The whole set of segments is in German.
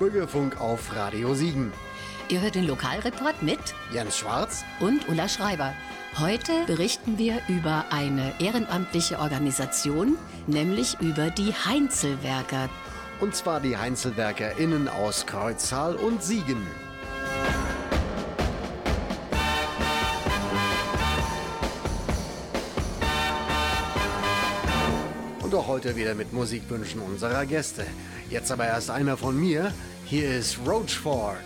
Bürgerfunk auf Radio Siegen. Ihr hört den Lokalreport mit Jens Schwarz und Ulla Schreiber. Heute berichten wir über eine ehrenamtliche Organisation, nämlich über die Heinzelwerker. Und zwar die HeinzelwerkerInnen aus Kreuztal und Siegen. Und auch heute wieder mit Musikwünschen unserer Gäste. Jetzt aber erst einer von mir. Hier ist Roachford.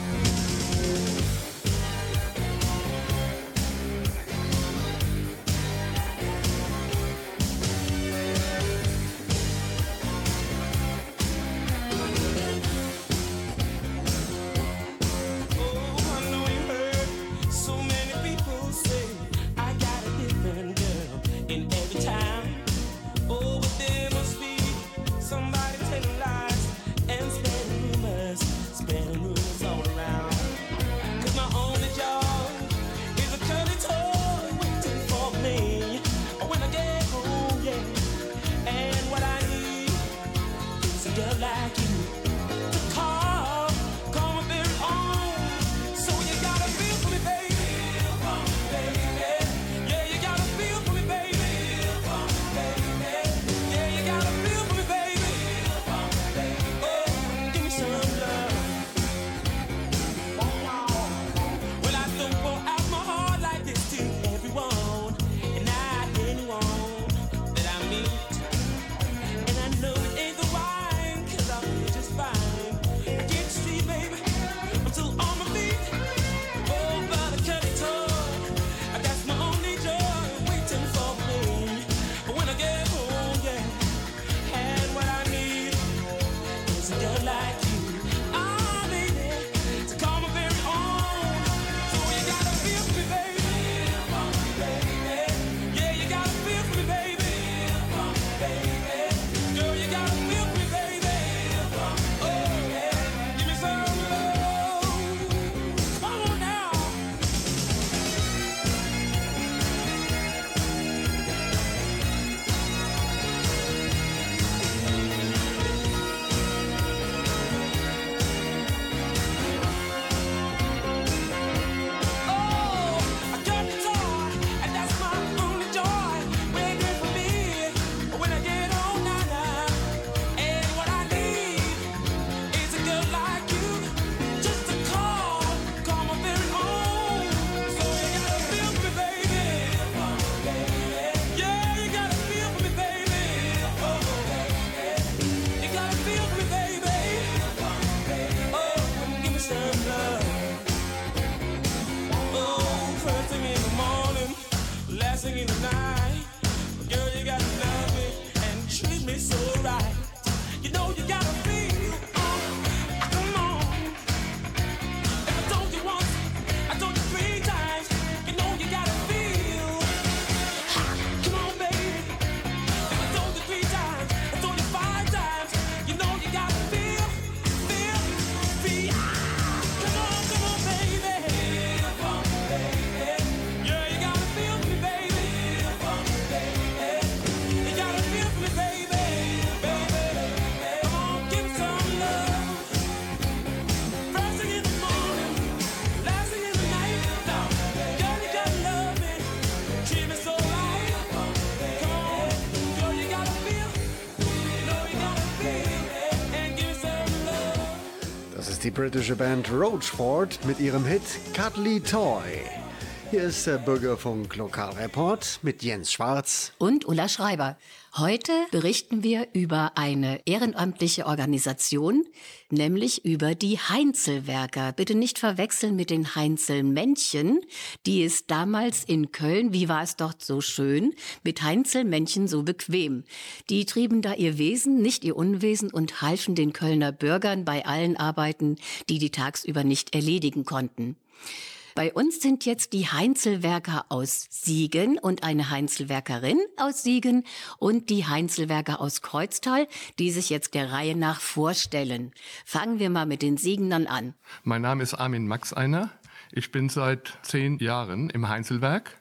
Die britische Band Roachford mit ihrem Hit Cuddly Toy. Hier ist der Bürgerfunk Lokalreport mit Jens Schwarz und Ulla Schreiber. Heute berichten wir über eine ehrenamtliche Organisation, nämlich über die Heinzelwerker. Bitte nicht verwechseln mit den Heinzelmännchen, die es damals in Köln, wie war es dort so schön, mit Heinzelmännchen so bequem. Die trieben da ihr Wesen, nicht ihr Unwesen und halfen den Kölner Bürgern bei allen Arbeiten, die die tagsüber nicht erledigen konnten. Bei uns sind jetzt die Heinzelwerker aus Siegen und eine Heinzelwerkerin aus Siegen und die Heinzelwerker aus Kreuztal, die sich jetzt der Reihe nach vorstellen. Fangen wir mal mit den Siegenern an. Mein Name ist Armin Maxeiner. Ich bin seit 10 Jahren im Heinzelwerk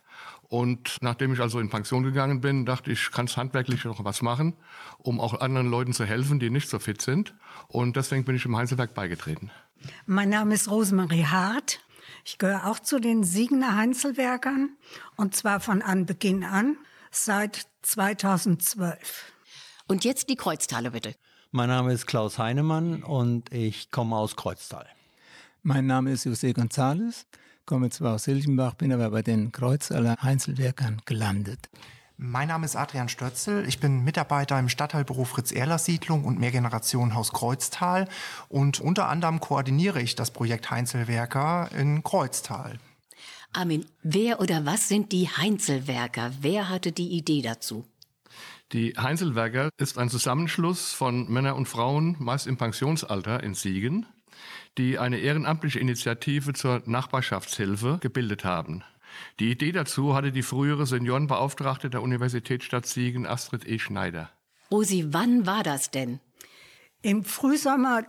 Und nachdem ich also in Pension gegangen bin, dachte ich, kann handwerklich noch was machen, um auch anderen Leuten zu helfen, die nicht so fit sind. Und deswegen bin ich im Heinzelwerk beigetreten. Mein Name ist Rosemarie Hart. Ich gehöre auch zu den Siegener Heinzelwerkern und zwar von Anbeginn an, seit 2012. Und jetzt die Kreuztaler bitte. Mein Name ist Klaus Heinemann und ich komme aus Kreuztal. Mein Name ist José González, komme zwar aus Silchenbach, bin aber bei den Kreuztaler Heinzelwerkern gelandet. Mein Name ist Adrian Stötzel, ich bin Mitarbeiter im Stadtteilbüro Fritz-Erlers-Siedlung und Mehrgenerationenhaus Kreuztal und unter anderem koordiniere ich das Projekt Heinzelwerker in Kreuztal. Armin, wer oder was sind die Heinzelwerker? Wer hatte die Idee dazu? Die Heinzelwerker ist ein Zusammenschluss von Männern und Frauen, meist im Pensionsalter in Siegen, die eine ehrenamtliche Initiative zur Nachbarschaftshilfe gebildet haben. Die Idee dazu hatte die frühere Seniorenbeauftragte der Universitätsstadt Siegen, Astrid E. Schneider. Rosi, wann war das denn? Im Frühsommer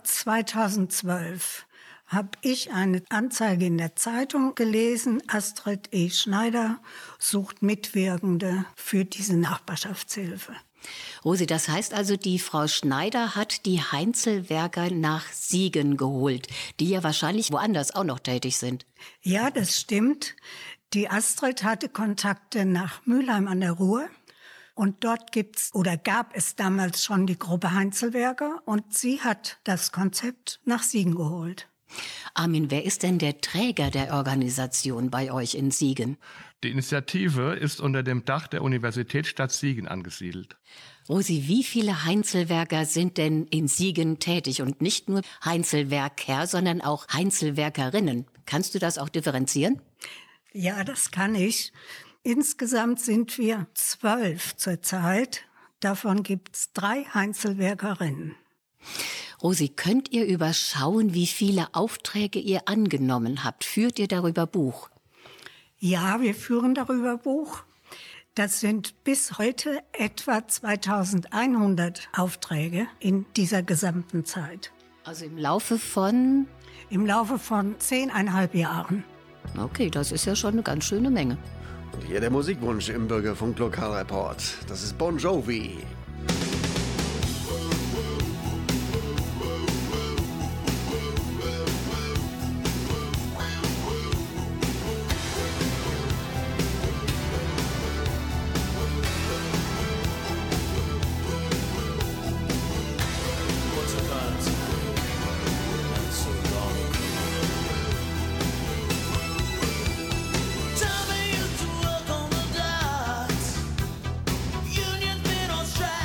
2012 habe ich eine Anzeige in der Zeitung gelesen, Astrid E. Schneider sucht Mitwirkende für diese Nachbarschaftshilfe. Rosi, das heißt also, die Frau Schneider hat die Heinzelwerker nach Siegen geholt, die ja wahrscheinlich woanders auch noch tätig sind. Ja, das stimmt. Die Astrid hatte Kontakte nach Mülheim an der Ruhr. Und dort gab es damals schon die Gruppe Heinzelwerker und sie hat das Konzept nach Siegen geholt. Armin, wer ist denn der Träger der Organisation bei euch in Siegen? Die Initiative ist unter dem Dach der Universitätsstadt Siegen angesiedelt. Rosi, wie viele Heinzelwerker sind denn in Siegen tätig? Und nicht nur Heinzelwerker, sondern auch Heinzelwerkerinnen. Kannst du das auch differenzieren? Ja, das kann ich. Insgesamt sind wir 12 zurzeit. Davon gibt es 3 Heinzelwerkerinnen. Rosi, könnt ihr überschauen, wie viele Aufträge ihr angenommen habt? Führt ihr darüber Buch? Ja, wir führen darüber Buch. Das sind bis heute etwa 2100 Aufträge in dieser gesamten Zeit. Also im Laufe von? Im Laufe von 10,5 Jahren. Okay, das ist ja schon eine ganz schöne Menge. Und hier der Musikwunsch im Bürgerfunk Lokalreport. Das ist Bon Jovi. Time I used to work on the docks. Union's been on strike.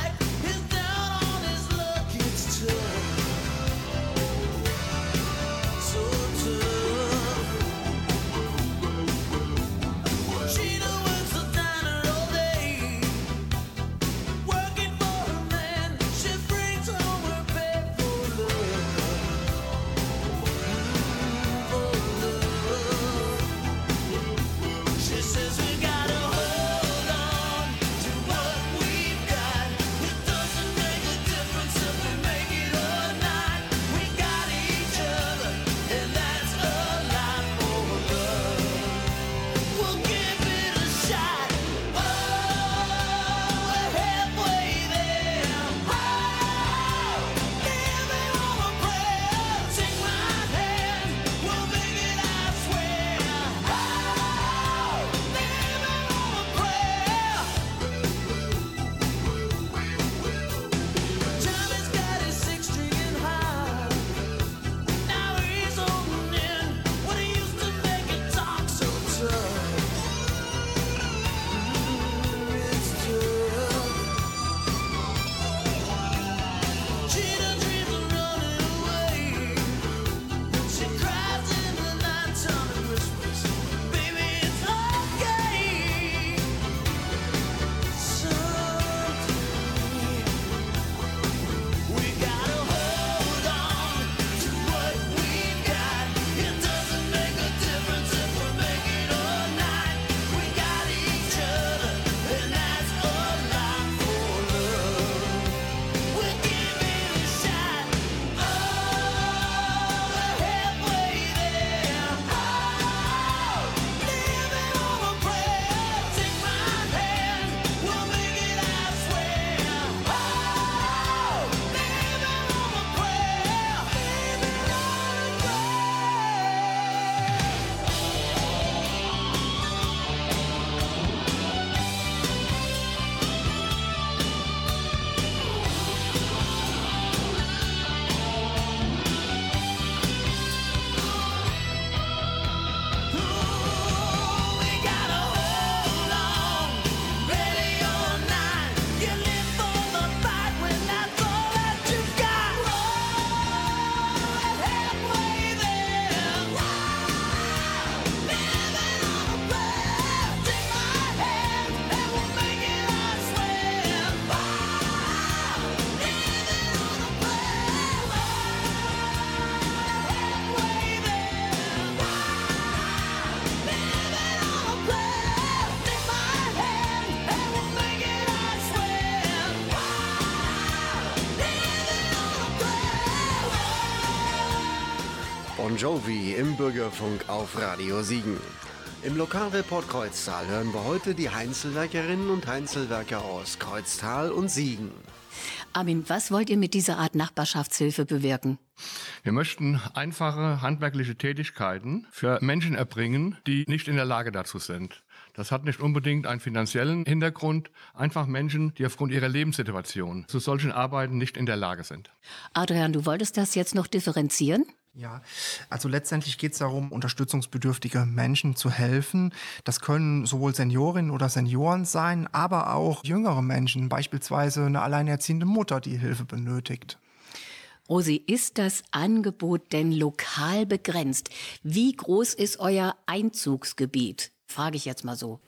Jovi im Bürgerfunk auf Radio Siegen. Im Lokalreport Kreuztal hören wir heute die Heinzelwerkerinnen und Heinzelwerker aus Kreuztal und Siegen. Armin, was wollt ihr mit dieser Art Nachbarschaftshilfe bewirken? Wir möchten einfache handwerkliche Tätigkeiten für Menschen erbringen, die nicht in der Lage dazu sind. Das hat nicht unbedingt einen finanziellen Hintergrund, einfach Menschen, die aufgrund ihrer Lebenssituation zu solchen Arbeiten nicht in der Lage sind. Adrian, du wolltest das jetzt noch differenzieren? Ja, also letztendlich geht es darum, unterstützungsbedürftige Menschen zu helfen. Das können sowohl Seniorinnen oder Senioren sein, aber auch jüngere Menschen, beispielsweise eine alleinerziehende Mutter, die Hilfe benötigt. Rosi, ist das Angebot denn lokal begrenzt? Wie groß ist euer Einzugsgebiet? Frage ich jetzt mal so.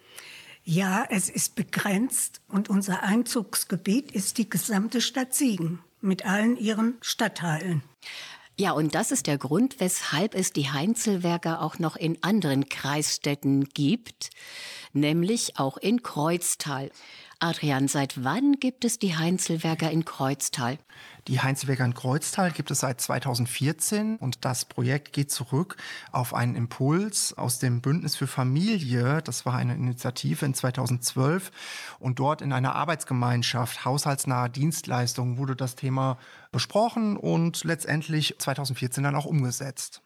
Ja, es ist begrenzt und unser Einzugsgebiet ist die gesamte Stadt Siegen mit allen ihren Stadtteilen. Ja, und das ist der Grund, weshalb es die Heinzelwerker auch noch in anderen Kreisstädten gibt, nämlich auch in Kreuztal. Adrian, seit wann gibt es die Heinzelwerker in Kreuztal? Die Heinzelwerker in Kreuztal gibt es seit 2014 und das Projekt geht zurück auf einen Impuls aus dem Bündnis für Familie. Das war eine Initiative in 2012 und dort in einer Arbeitsgemeinschaft haushaltsnahe Dienstleistungen wurde das Thema besprochen und letztendlich 2014 dann auch umgesetzt.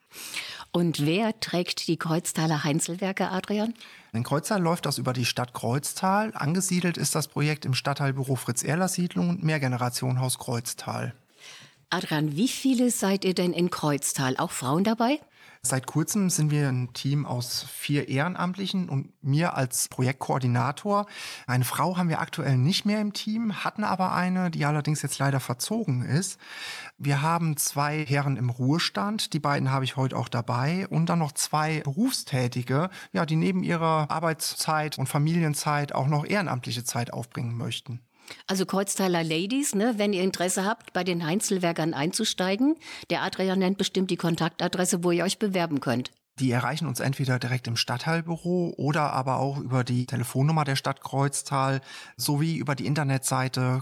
Und wer trägt die Kreuztaler Heinzelwerker, Adrian? In Kreuztal läuft das über die Stadt Kreuztal. Angesiedelt ist das Projekt im Stadtteilbüro Fritz-Erler-Siedlung und Mehrgenerationenhaus Kreuztal. Adrian, wie viele seid ihr denn in Kreuztal? Auch Frauen dabei? Seit kurzem sind wir ein Team aus 4 Ehrenamtlichen und mir als Projektkoordinator. Eine Frau haben wir aktuell nicht mehr im Team, hatten aber eine, die allerdings jetzt leider verzogen ist. Wir haben 2 Herren im Ruhestand, die beiden habe ich heute auch dabei und dann noch 2 Berufstätige, ja, die neben ihrer Arbeitszeit und Familienzeit auch noch ehrenamtliche Zeit aufbringen möchten. Also Kreuztaler Ladies, ne, wenn ihr Interesse habt, bei den Heinzelwerkern einzusteigen, der Adrian nennt bestimmt die Kontaktadresse, wo ihr euch bewerben könnt. Die erreichen uns entweder direkt im Stadtteilbüro oder aber auch über die Telefonnummer der Stadt Kreuztal sowie über die Internetseite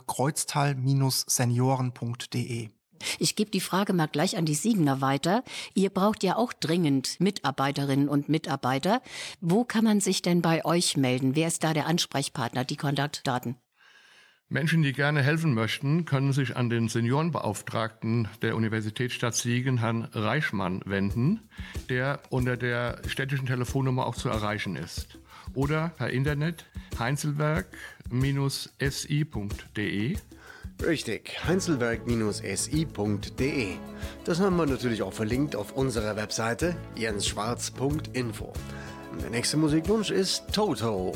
kreuztal-senioren.de. Ich gebe die Frage mal gleich an die Siegener weiter. Ihr braucht ja auch dringend Mitarbeiterinnen und Mitarbeiter. Wo kann man sich denn bei euch melden? Wer ist da der Ansprechpartner, die Kontaktdaten? Menschen, die gerne helfen möchten, können sich an den Seniorenbeauftragten der Universitätsstadt Siegen, Herrn Reichmann, wenden, der unter der städtischen Telefonnummer auch zu erreichen ist. Oder per Internet heinzelwerk-si.de. Richtig, heinzelwerk-si.de. Das haben wir natürlich auch verlinkt auf unserer Webseite jensschwarz.info. Der nächste Musikwunsch ist Toto.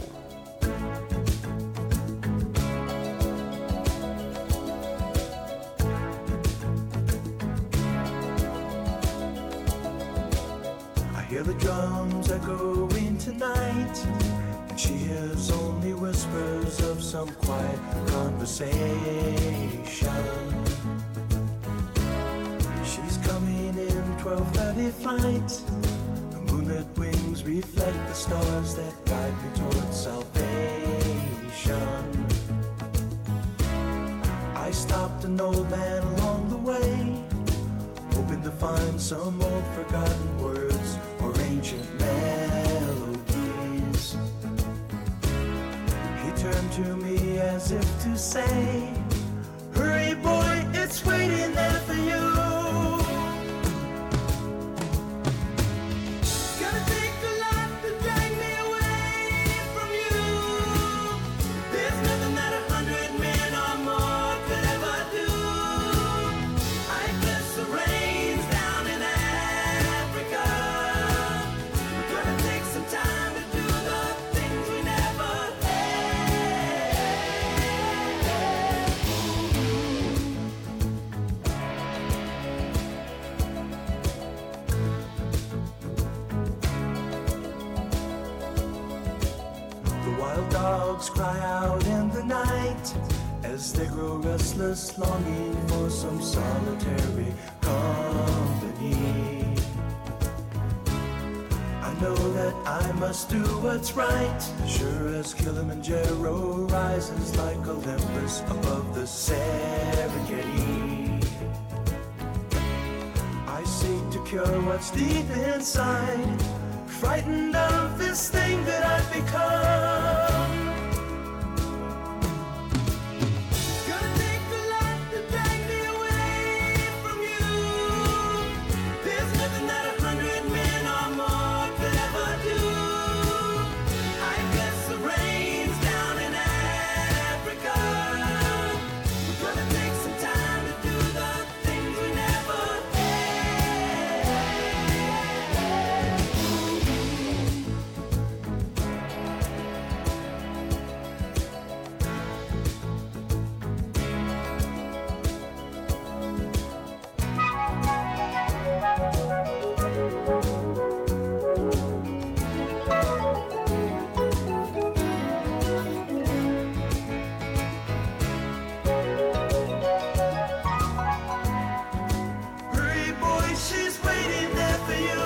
Hear the drums echoing tonight, and she hears only whispers of some quiet conversation. She's coming in 12:30 flight. The moonlit wings reflect the stars that guide me towards salvation. I stopped an old man along the way, hoping to find some old forgotten words or ancient melodies. He turned to me as if to say, hurry boy, it's waiting there for you. Gonna take a lot to drag me away from you. There's nothing that 100 men or more could ever do. I bless the rains down in Africa. We're gonna take some time to do the things we never The wild dogs cry out in the night as they grow restless, longing for some solitary company. I know that I must do what's right, sure as Kilimanjaro rises like Olympus above the Serengeti. I seek to cure what's deep inside. Frightened of this thing that I've become. Gonna take a lot to drag me away from you. There's nothing that 100 men or more could ever do. I guess the rain's down in Africa. We're gonna take some time to do the things we never Hurry, boy, she's waiting there for you.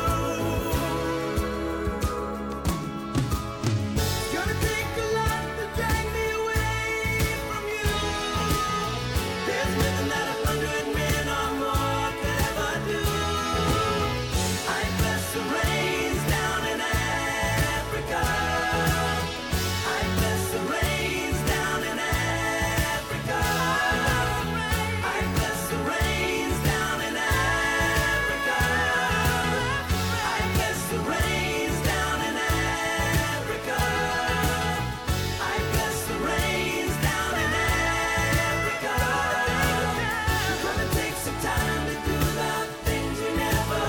Gonna take a lot to drag me away from you. There's nothing that 100 men or more could ever do. I guess the rain's down in Africa. I guess the rain's down in Africa. I guess the rain's down in Africa. I guess the rain's down in Africa. I guess the rain's down in Africa. We're gonna take some time to do the things we never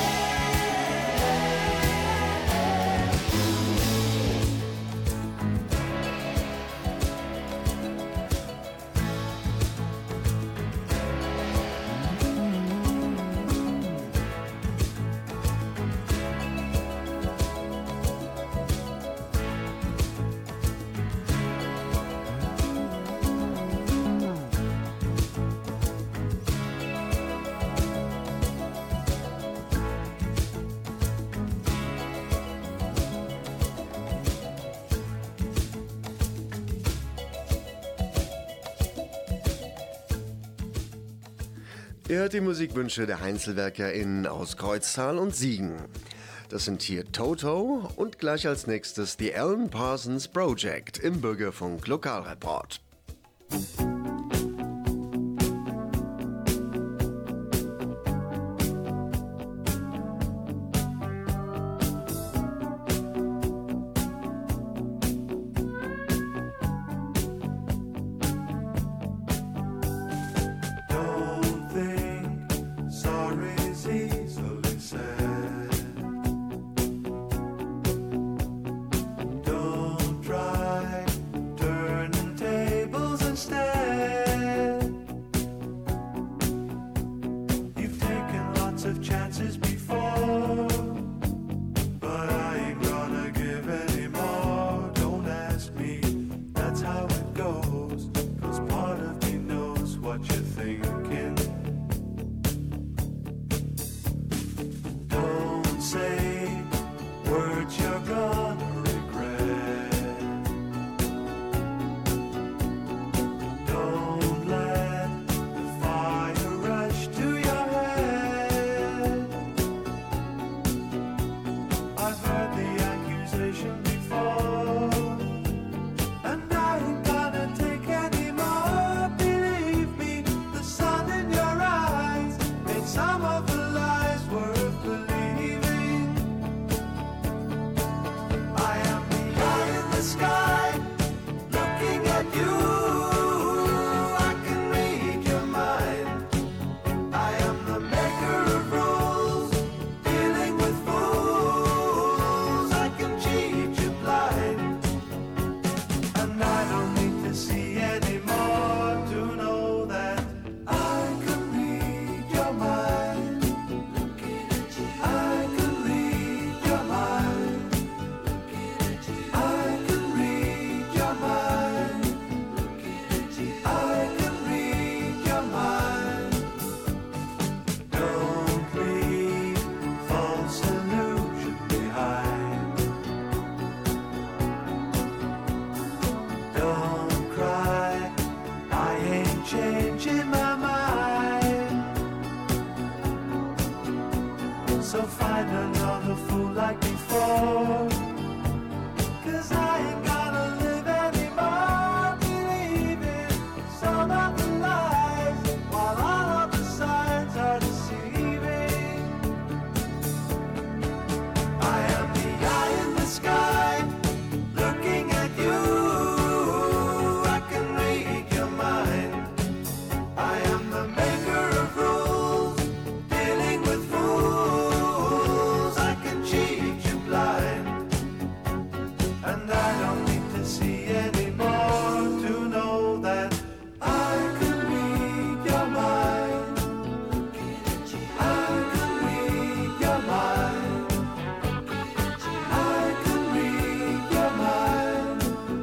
Ihr hört die Musikwünsche der HeinzelwerkerInnen aus Kreuztal und Siegen. Das sind hier Toto und gleich als nächstes die Alan Parsons Project im Bürgerfunk Lokalreport. Don't think sorry's easily said. Don't try turning tables instead. You've taken lots of chances before, but I ain't gonna give any more. Don't ask me, that's how it goes. 'Cause part of me knows what you're thinking. Don't say words you're gonna regret. Don't let the fire rush to your head. I've heard the accusation before, and I ain't gonna take any more. Believe me, the sun in your eyes made some of the lies worth believing. I am the eye in the sky, looking at you. I can read your mind. I am the maker of rules, dealing with fools. I can cheat you blind, and I don't need to see anymore to know that I can read your mind. I can read your mind. I can read your mind. I can read your mind. Don't leave false illusion behind. Don't cry, I ain't changing my mind. so find another fool like before. 'Cause I ain't gotta live anymore, believing some of the lies, while all of the signs are deceiving. I am the eye in the sky, looking at you. I can read your mind. I am the maker of rules, dealing with fools. I can cheat you blind, and I don't need to see anymore to know that I can read your mind. I can read your mind. I can read your mind.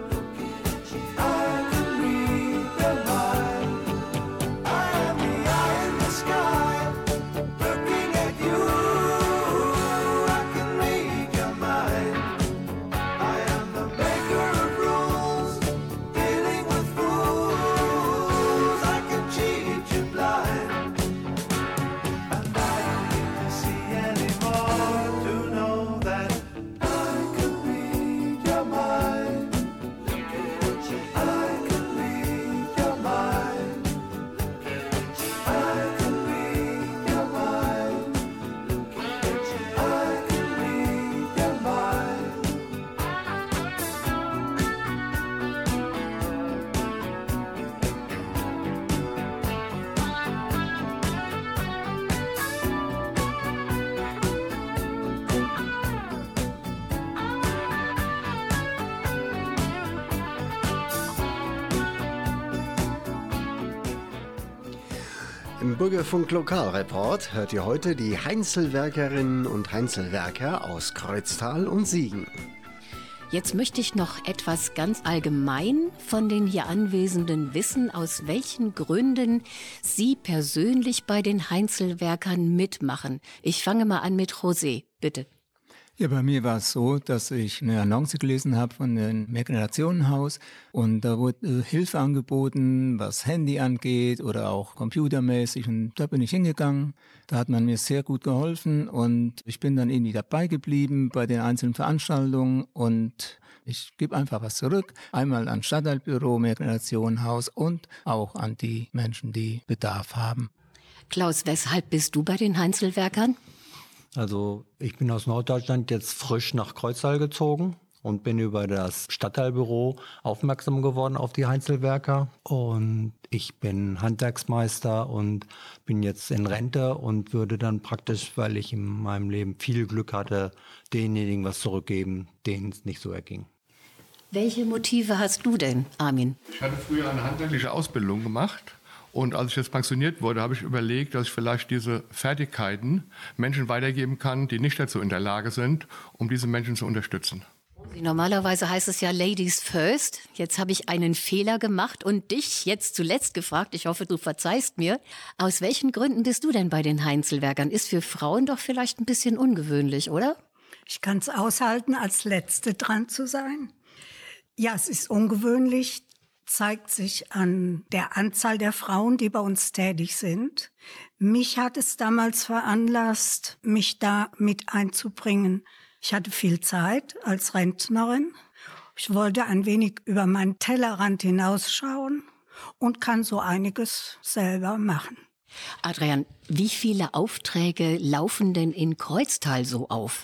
I can read your mind. I am the eye in the sky, looking at you. I can read your mind. I am the maker of rules, dealing with fools. I can cheat you blind, and I don't need to see anymore to know that I can read your mind. I can read your mind. I can read your mind. I can read your mind. Im Bürgerfunk Lokalreport hört ihr heute die Heinzelwerkerinnen und Heinzelwerker aus Kreuztal und Siegen. Jetzt möchte ich noch etwas ganz allgemein von den hier Anwesenden wissen, aus welchen Gründen Sie persönlich bei den Heinzelwerkern mitmachen. Ich fange mal an mit José, bitte. Ja, bei mir war es so, dass ich eine Annonce gelesen habe von dem Mehrgenerationenhaus und da wurde Hilfe angeboten, was Handy angeht oder auch computermäßig, und da bin ich hingegangen. Da hat man mir sehr gut geholfen und ich bin dann irgendwie dabei geblieben bei den einzelnen Veranstaltungen und ich gebe einfach was zurück. Einmal an Stadtteilbüro, Mehrgenerationenhaus und auch an die Menschen, die Bedarf haben. Klaus, weshalb bist du bei den Heinzelwerkern? Also ich bin aus Norddeutschland jetzt frisch nach Kreuztal gezogen und bin über das Stadtteilbüro aufmerksam geworden auf die Heinzelwerker. Und ich bin Handwerksmeister und bin jetzt in Rente und würde dann praktisch, weil ich in meinem Leben viel Glück hatte, denjenigen was zurückgeben, denen es nicht so erging. Welche Motive hast du denn, Armin? Ich hatte früher eine handwerkliche Ausbildung gemacht. Und als ich jetzt pensioniert wurde, habe ich überlegt, dass ich vielleicht diese Fertigkeiten Menschen weitergeben kann, die nicht dazu in der Lage sind, um diese Menschen zu unterstützen. Normalerweise heißt es ja Ladies first. Jetzt habe ich einen Fehler gemacht und dich jetzt zuletzt gefragt. Ich hoffe, du verzeihst mir. Aus welchen Gründen bist du denn bei den Heinzelwerkern? Ist für Frauen doch vielleicht ein bisschen ungewöhnlich, oder? Ich kann es aushalten, als Letzte dran zu sein. Ja, es ist ungewöhnlich, zeigt sich an der Anzahl der Frauen, die bei uns tätig sind. Mich hat es damals veranlasst, mich da mit einzubringen. Ich hatte viel Zeit als Rentnerin. Ich wollte ein wenig über meinen Tellerrand hinausschauen und kann so einiges selber machen. Adrian, wie viele Aufträge laufen denn in Kreuztal so auf?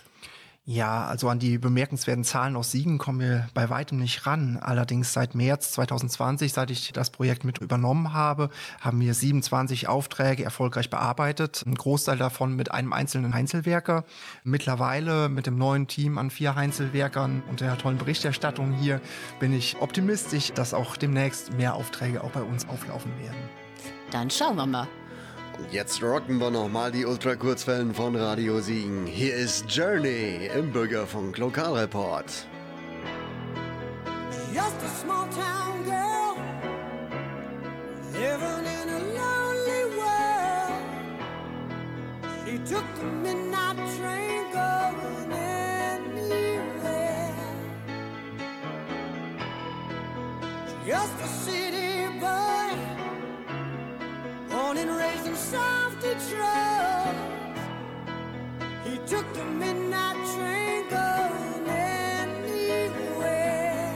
Ja, also an die bemerkenswerten Zahlen aus Siegen kommen wir bei weitem nicht ran. Allerdings seit März 2020, seit ich das Projekt mit übernommen habe, haben wir 27 Aufträge erfolgreich bearbeitet. Ein Großteil davon mit einem einzelnen Heinzelwerker. Mittlerweile mit dem neuen Team an 4 Heinzelwerkern und der tollen Berichterstattung hier bin ich optimistisch, dass auch demnächst mehr Aufträge auch bei uns auflaufen werden. Dann schauen wir mal. Und jetzt rocken wir nochmal die Ultrakurzwellen von Radio Siegen. Hier ist Journey im Bürgerfunk Lokalreport. Just a small town girl living in a lonely world. She took the midnight train going anywhere. Just a city boy, born and raised in South Detroit. He took the midnight train going anywhere.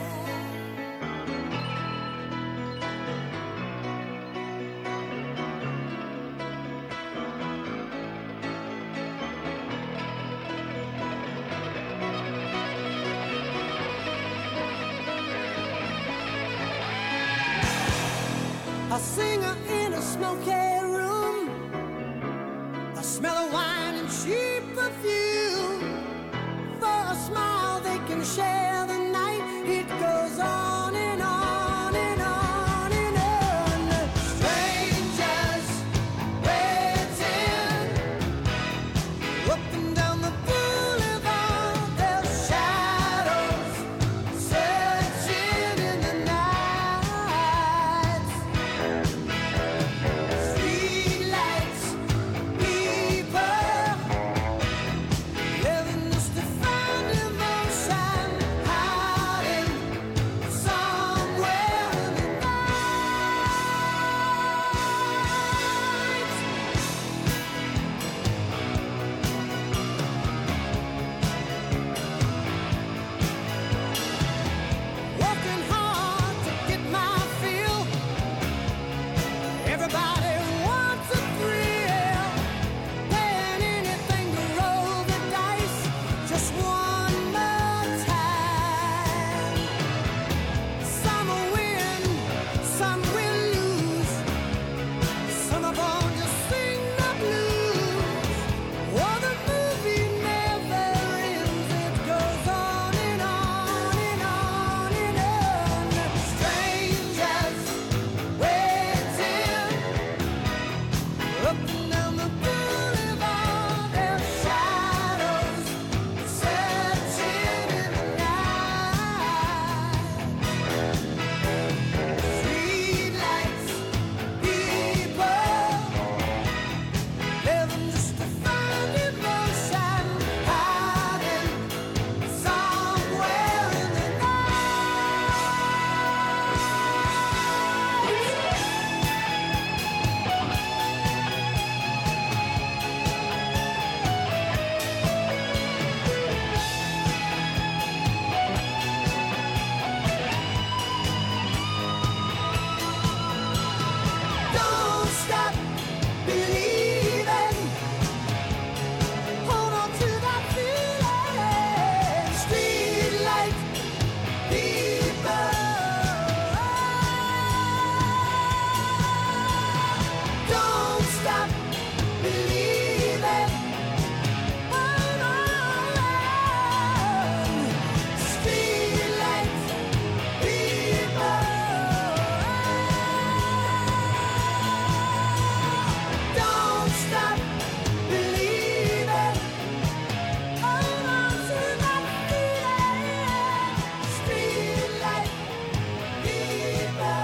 A singer in a smoky room, a smell of wine and cheap perfume. For a smile they can share the night. It goes on and on and on and on. Strangers waiting up and down the boulevard. Their shadows searching in the night. Streetlights, people living just to find emotion, hiding somewhere in the night. Working hard to get my fill. Everybody wants a thrill, paying anything to roll the dice just one more time. Some will win, some will lose. Some of them just sing the blues. Oh, the movie never ends. It goes on and on and on and on. Strangers waiting up and down the boulevard. Their shadows searching in the night. Streetlights, people living just to find emotion, hiding somewhere in the Don't stop believing. Hold on to that feeling. Streetlight people. Don't stop believing. Hold on. Streetlight people. Don't stop believing. Hold on to that feeling. Streetlight people.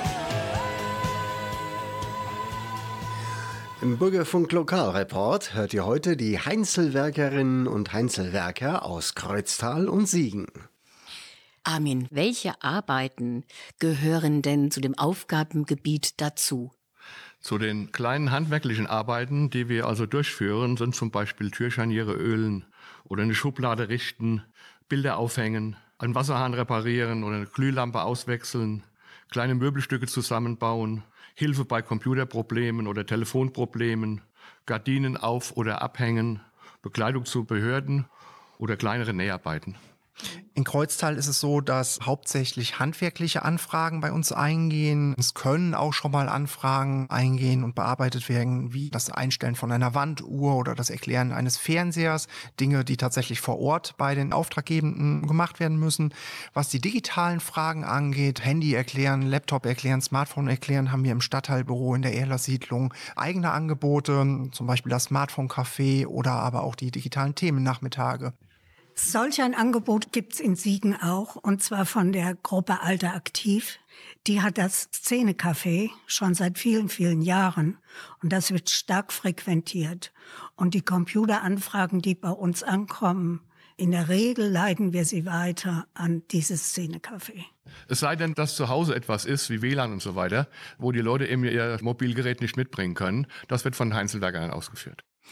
Im Bürgerfunk Lokalreport hört ihr heute die Heinzelwerkerinnen und Heinzelwerker aus Kreuztal und Siegen. Armin, welche Arbeiten gehören denn zu dem Aufgabengebiet dazu? Zu den kleinen handwerklichen Arbeiten, die wir also durchführen, sind zum Beispiel Türscharniere ölen oder eine Schublade richten, Bilder aufhängen, einen Wasserhahn reparieren oder eine Glühlampe auswechseln, kleine Möbelstücke zusammenbauen, Hilfe bei Computerproblemen oder Telefonproblemen, Gardinen auf- oder abhängen, Bekleidung zu Behörden oder kleinere Näharbeiten. In Kreuztal ist es so, dass hauptsächlich handwerkliche Anfragen bei uns eingehen. Es können auch schon mal Anfragen eingehen und bearbeitet werden, wie das Einstellen von einer Wanduhr oder das Erklären eines Fernsehers. Dinge, die tatsächlich vor Ort bei den Auftraggebenden gemacht werden müssen. Was die digitalen Fragen angeht, Handy erklären, Laptop erklären, Smartphone erklären, haben wir im Stadtteilbüro in der Erler-Siedlung eigene Angebote, zum Beispiel das Smartphone-Café oder aber auch die digitalen Themennachmittage. Solch ein Angebot gibt's in Siegen auch, und zwar von der Gruppe Alter Aktiv. Die hat das Szenecafé schon seit vielen, vielen Jahren, und das wird stark frequentiert. Und die Computeranfragen, die bei uns ankommen, in der Regel leiten wir sie weiter an dieses Szenecafé. Es sei denn, dass zu Hause etwas ist, wie WLAN und so weiter, wo die Leute eben ihr Mobilgerät nicht mitbringen können. Das wird von Heinzelwerkern ausgeführt.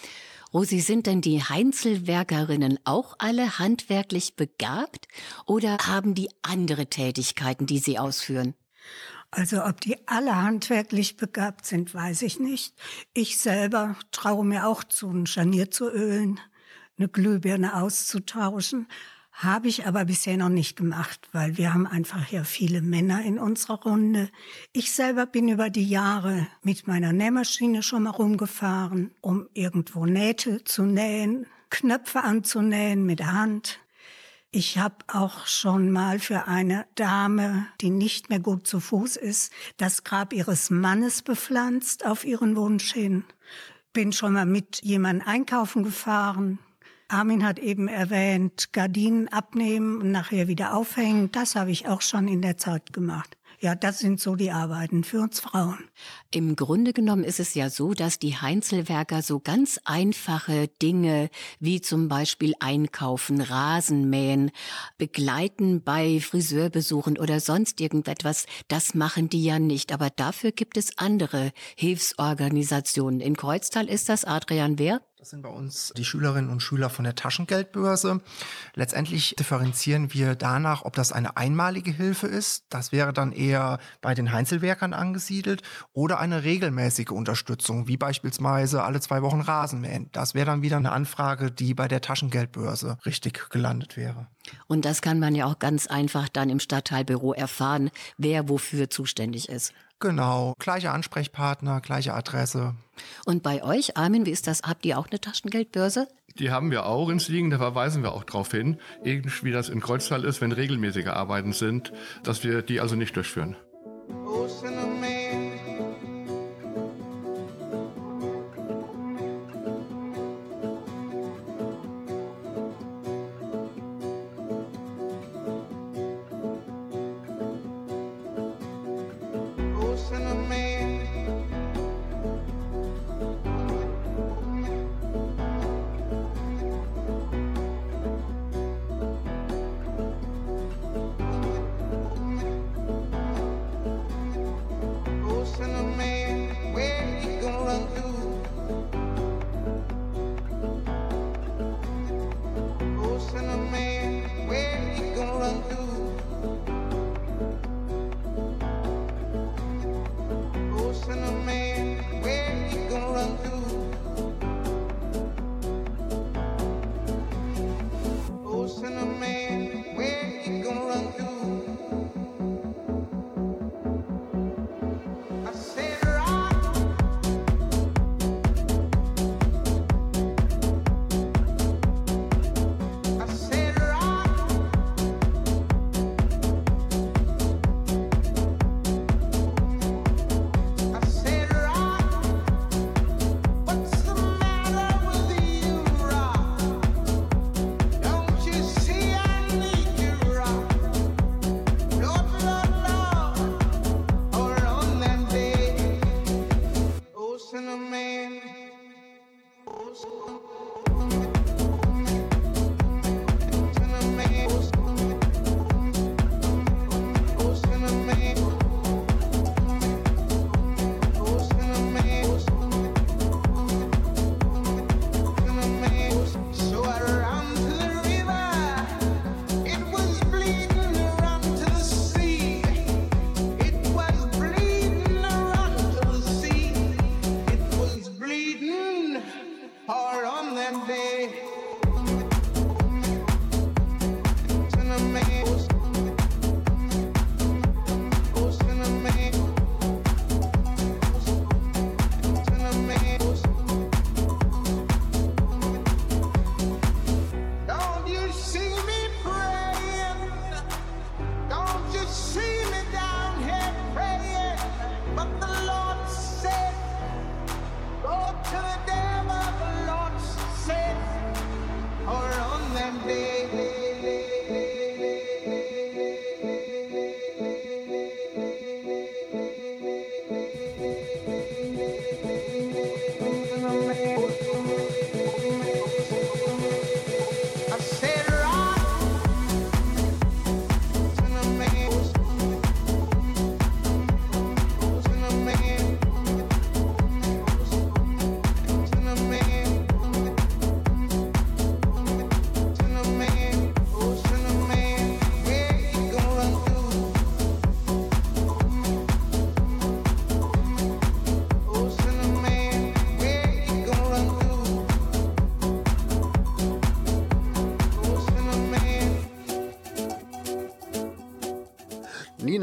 Rosi, sind denn die Heinzelwerkerinnen auch alle handwerklich begabt oder haben die andere Tätigkeiten, die sie ausführen? Also ob die alle handwerklich begabt sind, weiß ich nicht. Ich selber traue mir auch zu, ein Scharnier zu ölen, eine Glühbirne auszutauschen. Habe ich aber bisher noch nicht gemacht, weil wir haben einfach ja viele Männer in unserer Runde. Ich selber bin über die Jahre mit meiner Nähmaschine schon mal rumgefahren, um irgendwo Nähte zu nähen, Knöpfe anzunähen mit der Hand. Ich habe auch schon mal für eine Dame, die nicht mehr gut zu Fuß ist, das Grab ihres Mannes bepflanzt auf ihren Wunsch hin. Bin schon mal mit jemandem einkaufen gefahren. Armin hat eben erwähnt, Gardinen abnehmen und nachher wieder aufhängen. Das habe ich auch schon in der Zeit gemacht. Ja, das sind so die Arbeiten für uns Frauen. Im Grunde genommen ist es ja so, dass die Heinzelwerker so ganz einfache Dinge wie zum Beispiel Einkaufen, Rasenmähen, begleiten bei Friseurbesuchen oder sonst irgendetwas, das machen die ja nicht. Aber dafür gibt es andere Hilfsorganisationen. In Kreuztal ist das, Adrian, wer? Das sind bei uns die Schülerinnen und Schüler von der Taschengeldbörse. Letztendlich differenzieren wir danach, ob das eine einmalige Hilfe ist. Das wäre dann eher bei den Heinzelwerkern angesiedelt oder eine regelmäßige Unterstützung, wie beispielsweise alle 2 Wochen Rasenmähen. Das wäre dann wieder eine Anfrage, die bei der Taschengeldbörse richtig gelandet wäre. Und das kann man ja auch ganz einfach dann im Stadtteilbüro erfahren, wer wofür zuständig ist. Genau, gleicher Ansprechpartner, gleiche Adresse. Und bei euch, Armin, wie ist das? Habt ihr auch eine Taschengeldbörse? Die haben wir auch in Siegen, da verweisen wir auch darauf hin, ähnlich wie das in Kreuztal ist, wenn regelmäßige Arbeiten sind, dass wir die also nicht durchführen.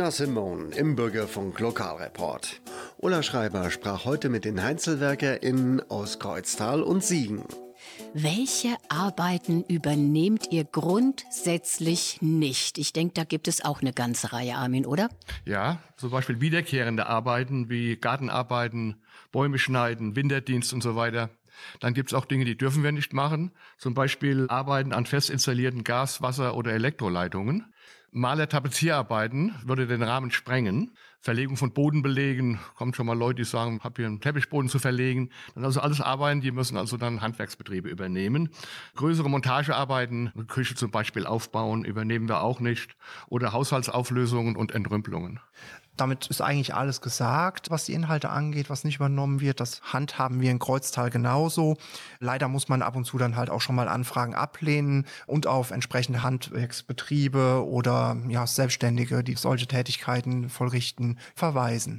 Anna Simone im Bürgerfunk Lokalreport. Ulla Schreiber sprach heute mit den HeinzelwerkerInnen aus Kreuztal und Siegen. Welche Arbeiten übernehmt ihr grundsätzlich nicht? Ich denke, da gibt es auch eine ganze Reihe, Armin, oder? Ja, zum Beispiel wiederkehrende Arbeiten wie Gartenarbeiten, Bäume schneiden, Winterdienst und so weiter. Dann gibt es auch Dinge, die dürfen wir nicht machen. Zum Beispiel Arbeiten an fest installierten Gas-, Wasser- oder Elektroleitungen. Maler-Tapezierarbeiten würde den Rahmen sprengen. Verlegung von Bodenbelegen, kommt schon mal Leute, die sagen, ich habe hier einen Teppichboden zu verlegen. Das sind also alles Arbeiten, die müssen also dann Handwerksbetriebe übernehmen. Größere Montagearbeiten, eine Küche zum Beispiel aufbauen, übernehmen wir auch nicht. Oder Haushaltsauflösungen und Entrümpelungen. Damit ist eigentlich alles gesagt, was die Inhalte angeht, was nicht übernommen wird. Das handhaben wir in Kreuztal genauso. Leider muss man ab und zu dann halt auch schon mal Anfragen ablehnen und auf entsprechende Handwerksbetriebe oder Selbstständige, die solche Tätigkeiten vollrichten, verweisen.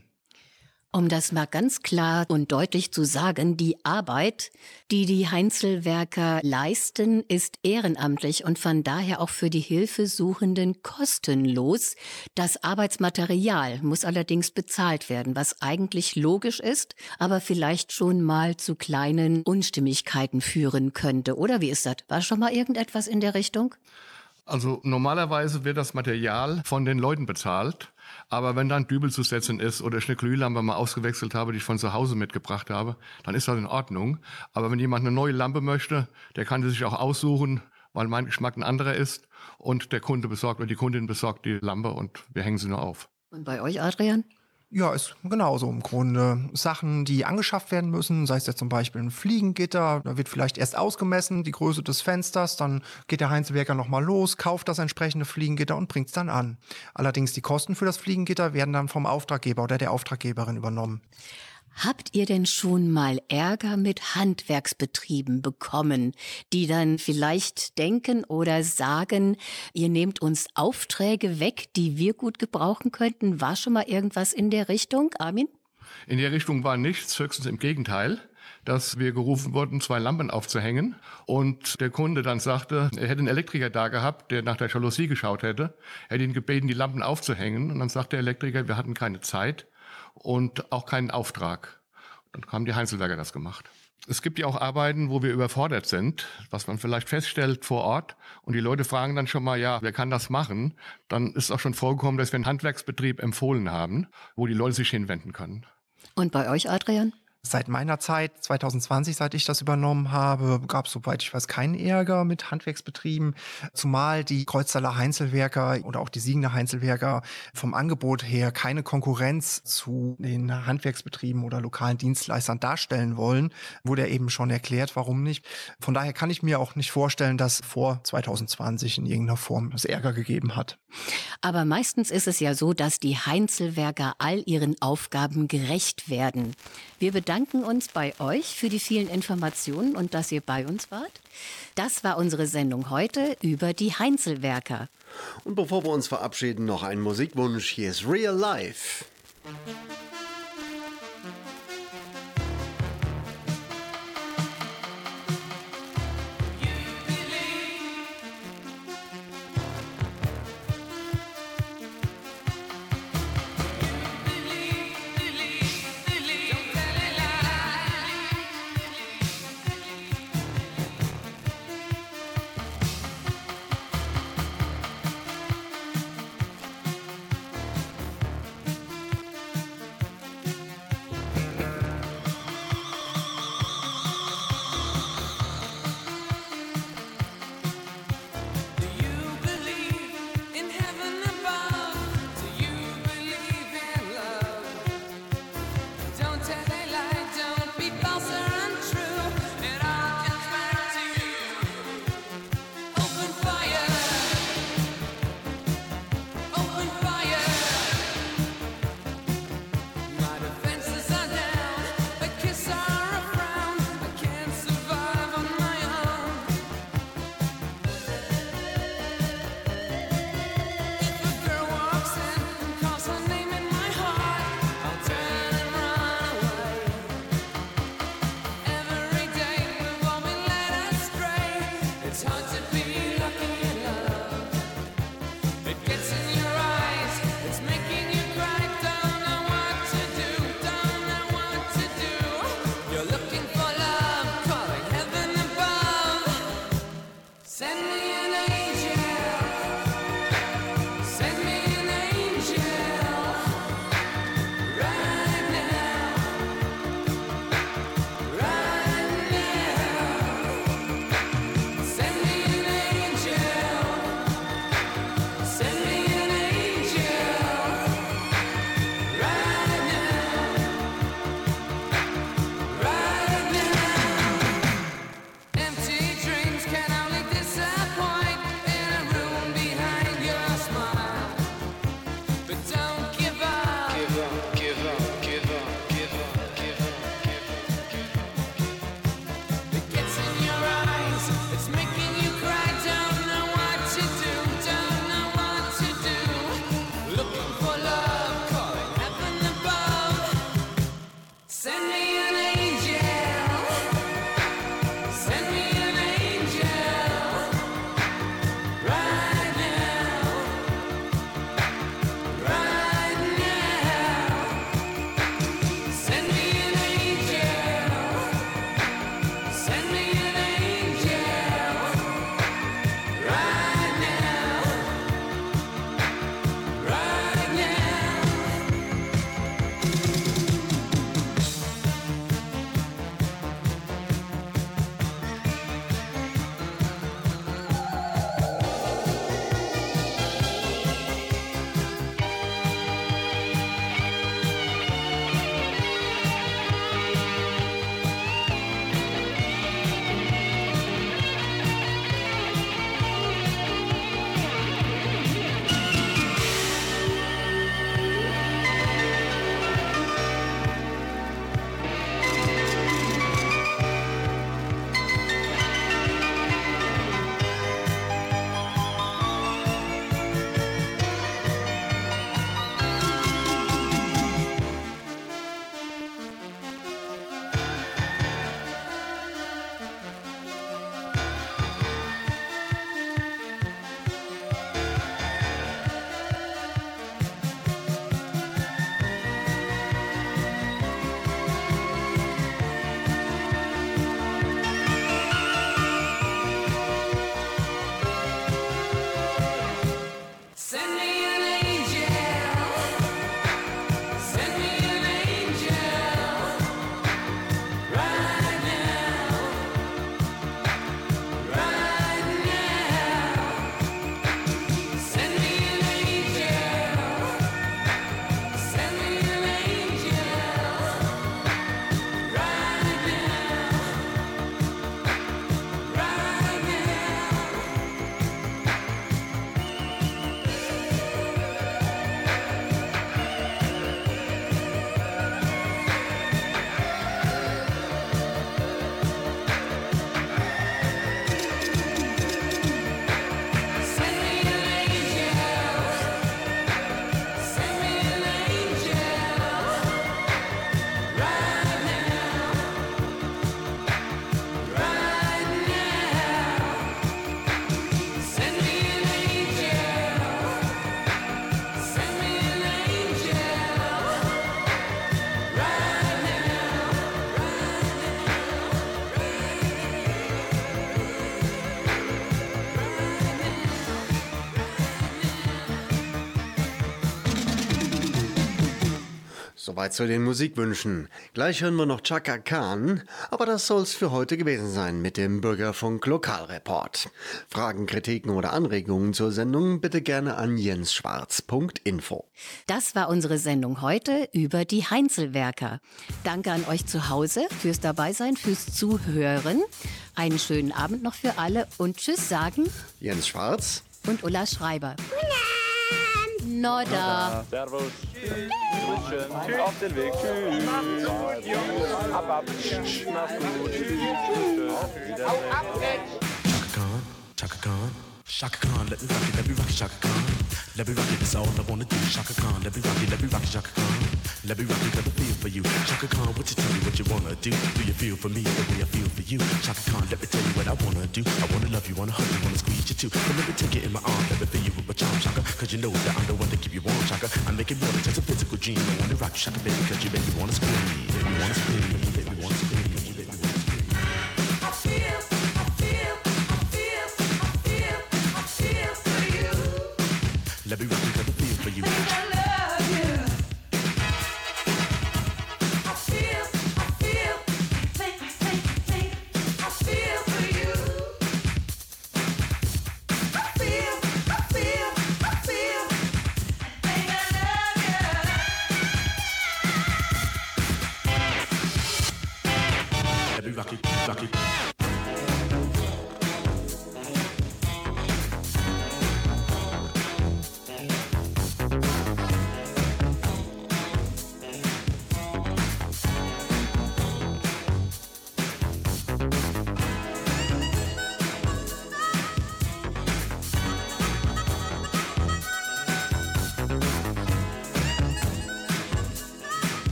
Um das mal ganz klar und deutlich zu sagen, die Arbeit, die die Heinzelwerker leisten, ist ehrenamtlich und von daher auch für die Hilfesuchenden kostenlos. Das Arbeitsmaterial muss allerdings bezahlt werden, was eigentlich logisch ist, aber vielleicht schon mal zu kleinen Unstimmigkeiten führen könnte. Oder wie ist das? War schon mal irgendetwas in der Richtung? Also normalerweise wird das Material von den Leuten bezahlt. Aber wenn dann Dübel zu setzen ist oder ich eine Glühlampe mal ausgewechselt habe, die ich von zu Hause mitgebracht habe, dann ist das in Ordnung. Aber wenn jemand eine neue Lampe möchte, der kann die sich auch aussuchen, weil mein Geschmack ein anderer ist. Und der Kunde besorgt oder die Kundin besorgt die Lampe und wir hängen sie nur auf. Und bei euch, Adrian? Ja, ist genauso im Grunde. Sachen, die angeschafft werden müssen, sei es jetzt zum Beispiel ein Fliegengitter, da wird vielleicht erst ausgemessen, die Größe des Fensters, dann geht der Heinzelwerker nochmal los, kauft das entsprechende Fliegengitter und bringt es dann an. Allerdings die Kosten für das Fliegengitter werden dann vom Auftraggeber oder der Auftraggeberin übernommen. Habt ihr denn schon mal Ärger mit Handwerksbetrieben bekommen, die dann vielleicht denken oder sagen, ihr nehmt uns Aufträge weg, die wir gut gebrauchen könnten? War schon mal irgendwas in der Richtung, Armin? In der Richtung war nichts, höchstens im Gegenteil, dass wir gerufen wurden, 2 Lampen aufzuhängen und der Kunde dann sagte, er hätte einen Elektriker da gehabt, der nach der Jalousie geschaut hätte, er hätte ihn gebeten, die Lampen aufzuhängen und dann sagt der Elektriker, wir hatten keine Zeit und auch keinen Auftrag. Dann haben die Heinzelwerker das gemacht. Es gibt ja auch Arbeiten, wo wir überfordert sind, was man vielleicht feststellt vor Ort und die Leute fragen dann schon mal, ja, wer kann das machen? Dann ist auch schon vorgekommen, dass wir einen Handwerksbetrieb empfohlen haben, wo die Leute sich hinwenden können. Und bei euch, Adrian? Seit meiner Zeit, 2020, seit ich das übernommen habe, gab es, soweit ich weiß, keinen Ärger mit Handwerksbetrieben. Zumal die Kreuztaler Heinzelwerker oder auch die Siegener Heinzelwerker vom Angebot her keine Konkurrenz zu den Handwerksbetrieben oder lokalen Dienstleistern darstellen wollen, wurde ja eben schon erklärt, warum nicht. Von daher kann ich mir auch nicht vorstellen, dass vor 2020 in irgendeiner Form es Ärger gegeben hat. Aber meistens ist es ja so, dass die Heinzelwerker all ihren Aufgaben gerecht werden. Wir bedanken uns bei euch für die vielen Informationen und dass ihr bei uns wart. Das war unsere Sendung heute über die Heinzelwerker. Und bevor wir uns verabschieden, noch ein Musikwunsch. Hier ist Real Life. Soweit zu den Musikwünschen. Gleich hören wir noch Chaka Khan, aber das soll's für heute gewesen sein mit dem Bürgerfunk Lokalreport. Fragen, Kritiken oder Anregungen zur Sendung bitte gerne an jensschwarz.info. Das war unsere Sendung heute über die Heinzelwerker. Danke an euch zu Hause fürs Dabeisein, fürs Zuhören. Einen schönen Abend noch für alle und Tschüss sagen Jens Schwarz und Ulla Schreiber. Nodda. Servus. Grüßchen. Auf den Weg. Tschüss. Ab. Mach's gut. Chaka Khan, Chaka Khan, let me rock it, Chaka Khan. Let me rock it, that's all I wanna do. Chaka Khan, let me rock it, Chaka Khan. Let me rock it, got a feel for you. Chaka Khan, what you tell me what you wanna do? Do you feel for me the way I feel for you? Chaka Khan, let me tell you what I wanna do. I wanna love you, wanna hug you, wanna squeeze you too. But let me take it in my arms, let me feel you with my charm, Chaka. Cause you know that I'm the one to keep you warm, Chaka. I make it more than just a physical dream. I wanna rock you, Chaka, baby, cause you make me wanna scream. Make me wanna scream, make me wanna scream. Let me rock it, got a feel for you. I love you. I feel for you. I feel, baby, I love you. Let me rock it, rock it.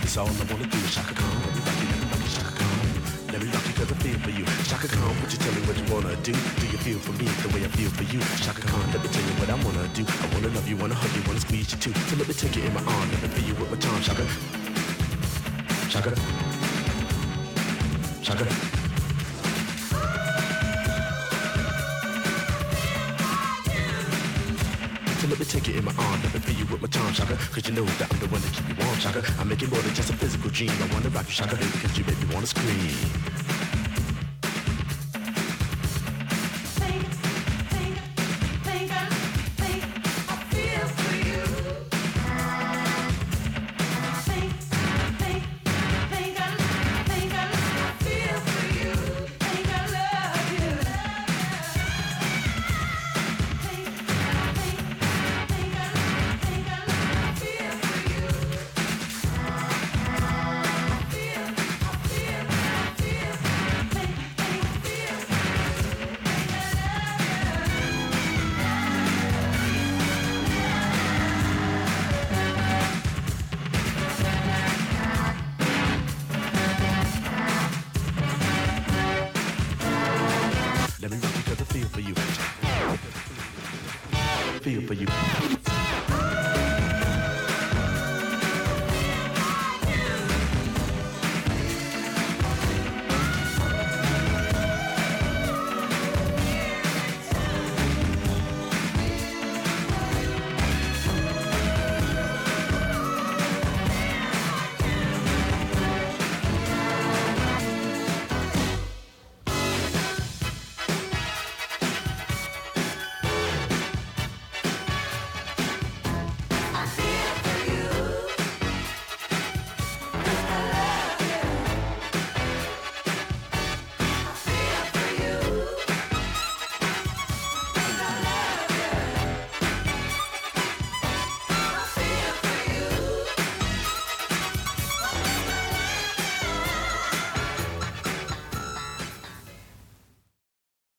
that's all I wanna do. Shaka Khan, let me rock you, Shaka Khan. Let me rock you 'cause I feel for you. Shaka Khan, would you tell me what you wanna do? Do you feel for me the way I feel for you? Shaka Khan, let me tell you what I wanna do. I wanna love you, wanna hug you, wanna squeeze you too. So let me take you in my arm, let me feel you with my charm. Shaka, Shaka, Shaka. So let me take you in my arm, let me feel you with my charm, Shaka. 'Cause you know that I'm the one that keep you warm, Shaka. I make it more than just a physical dream. I wanna rock you, Shaka, baby, 'cause you make me wanna scream. Let me rock you 'cause I feel for you. Feel for you.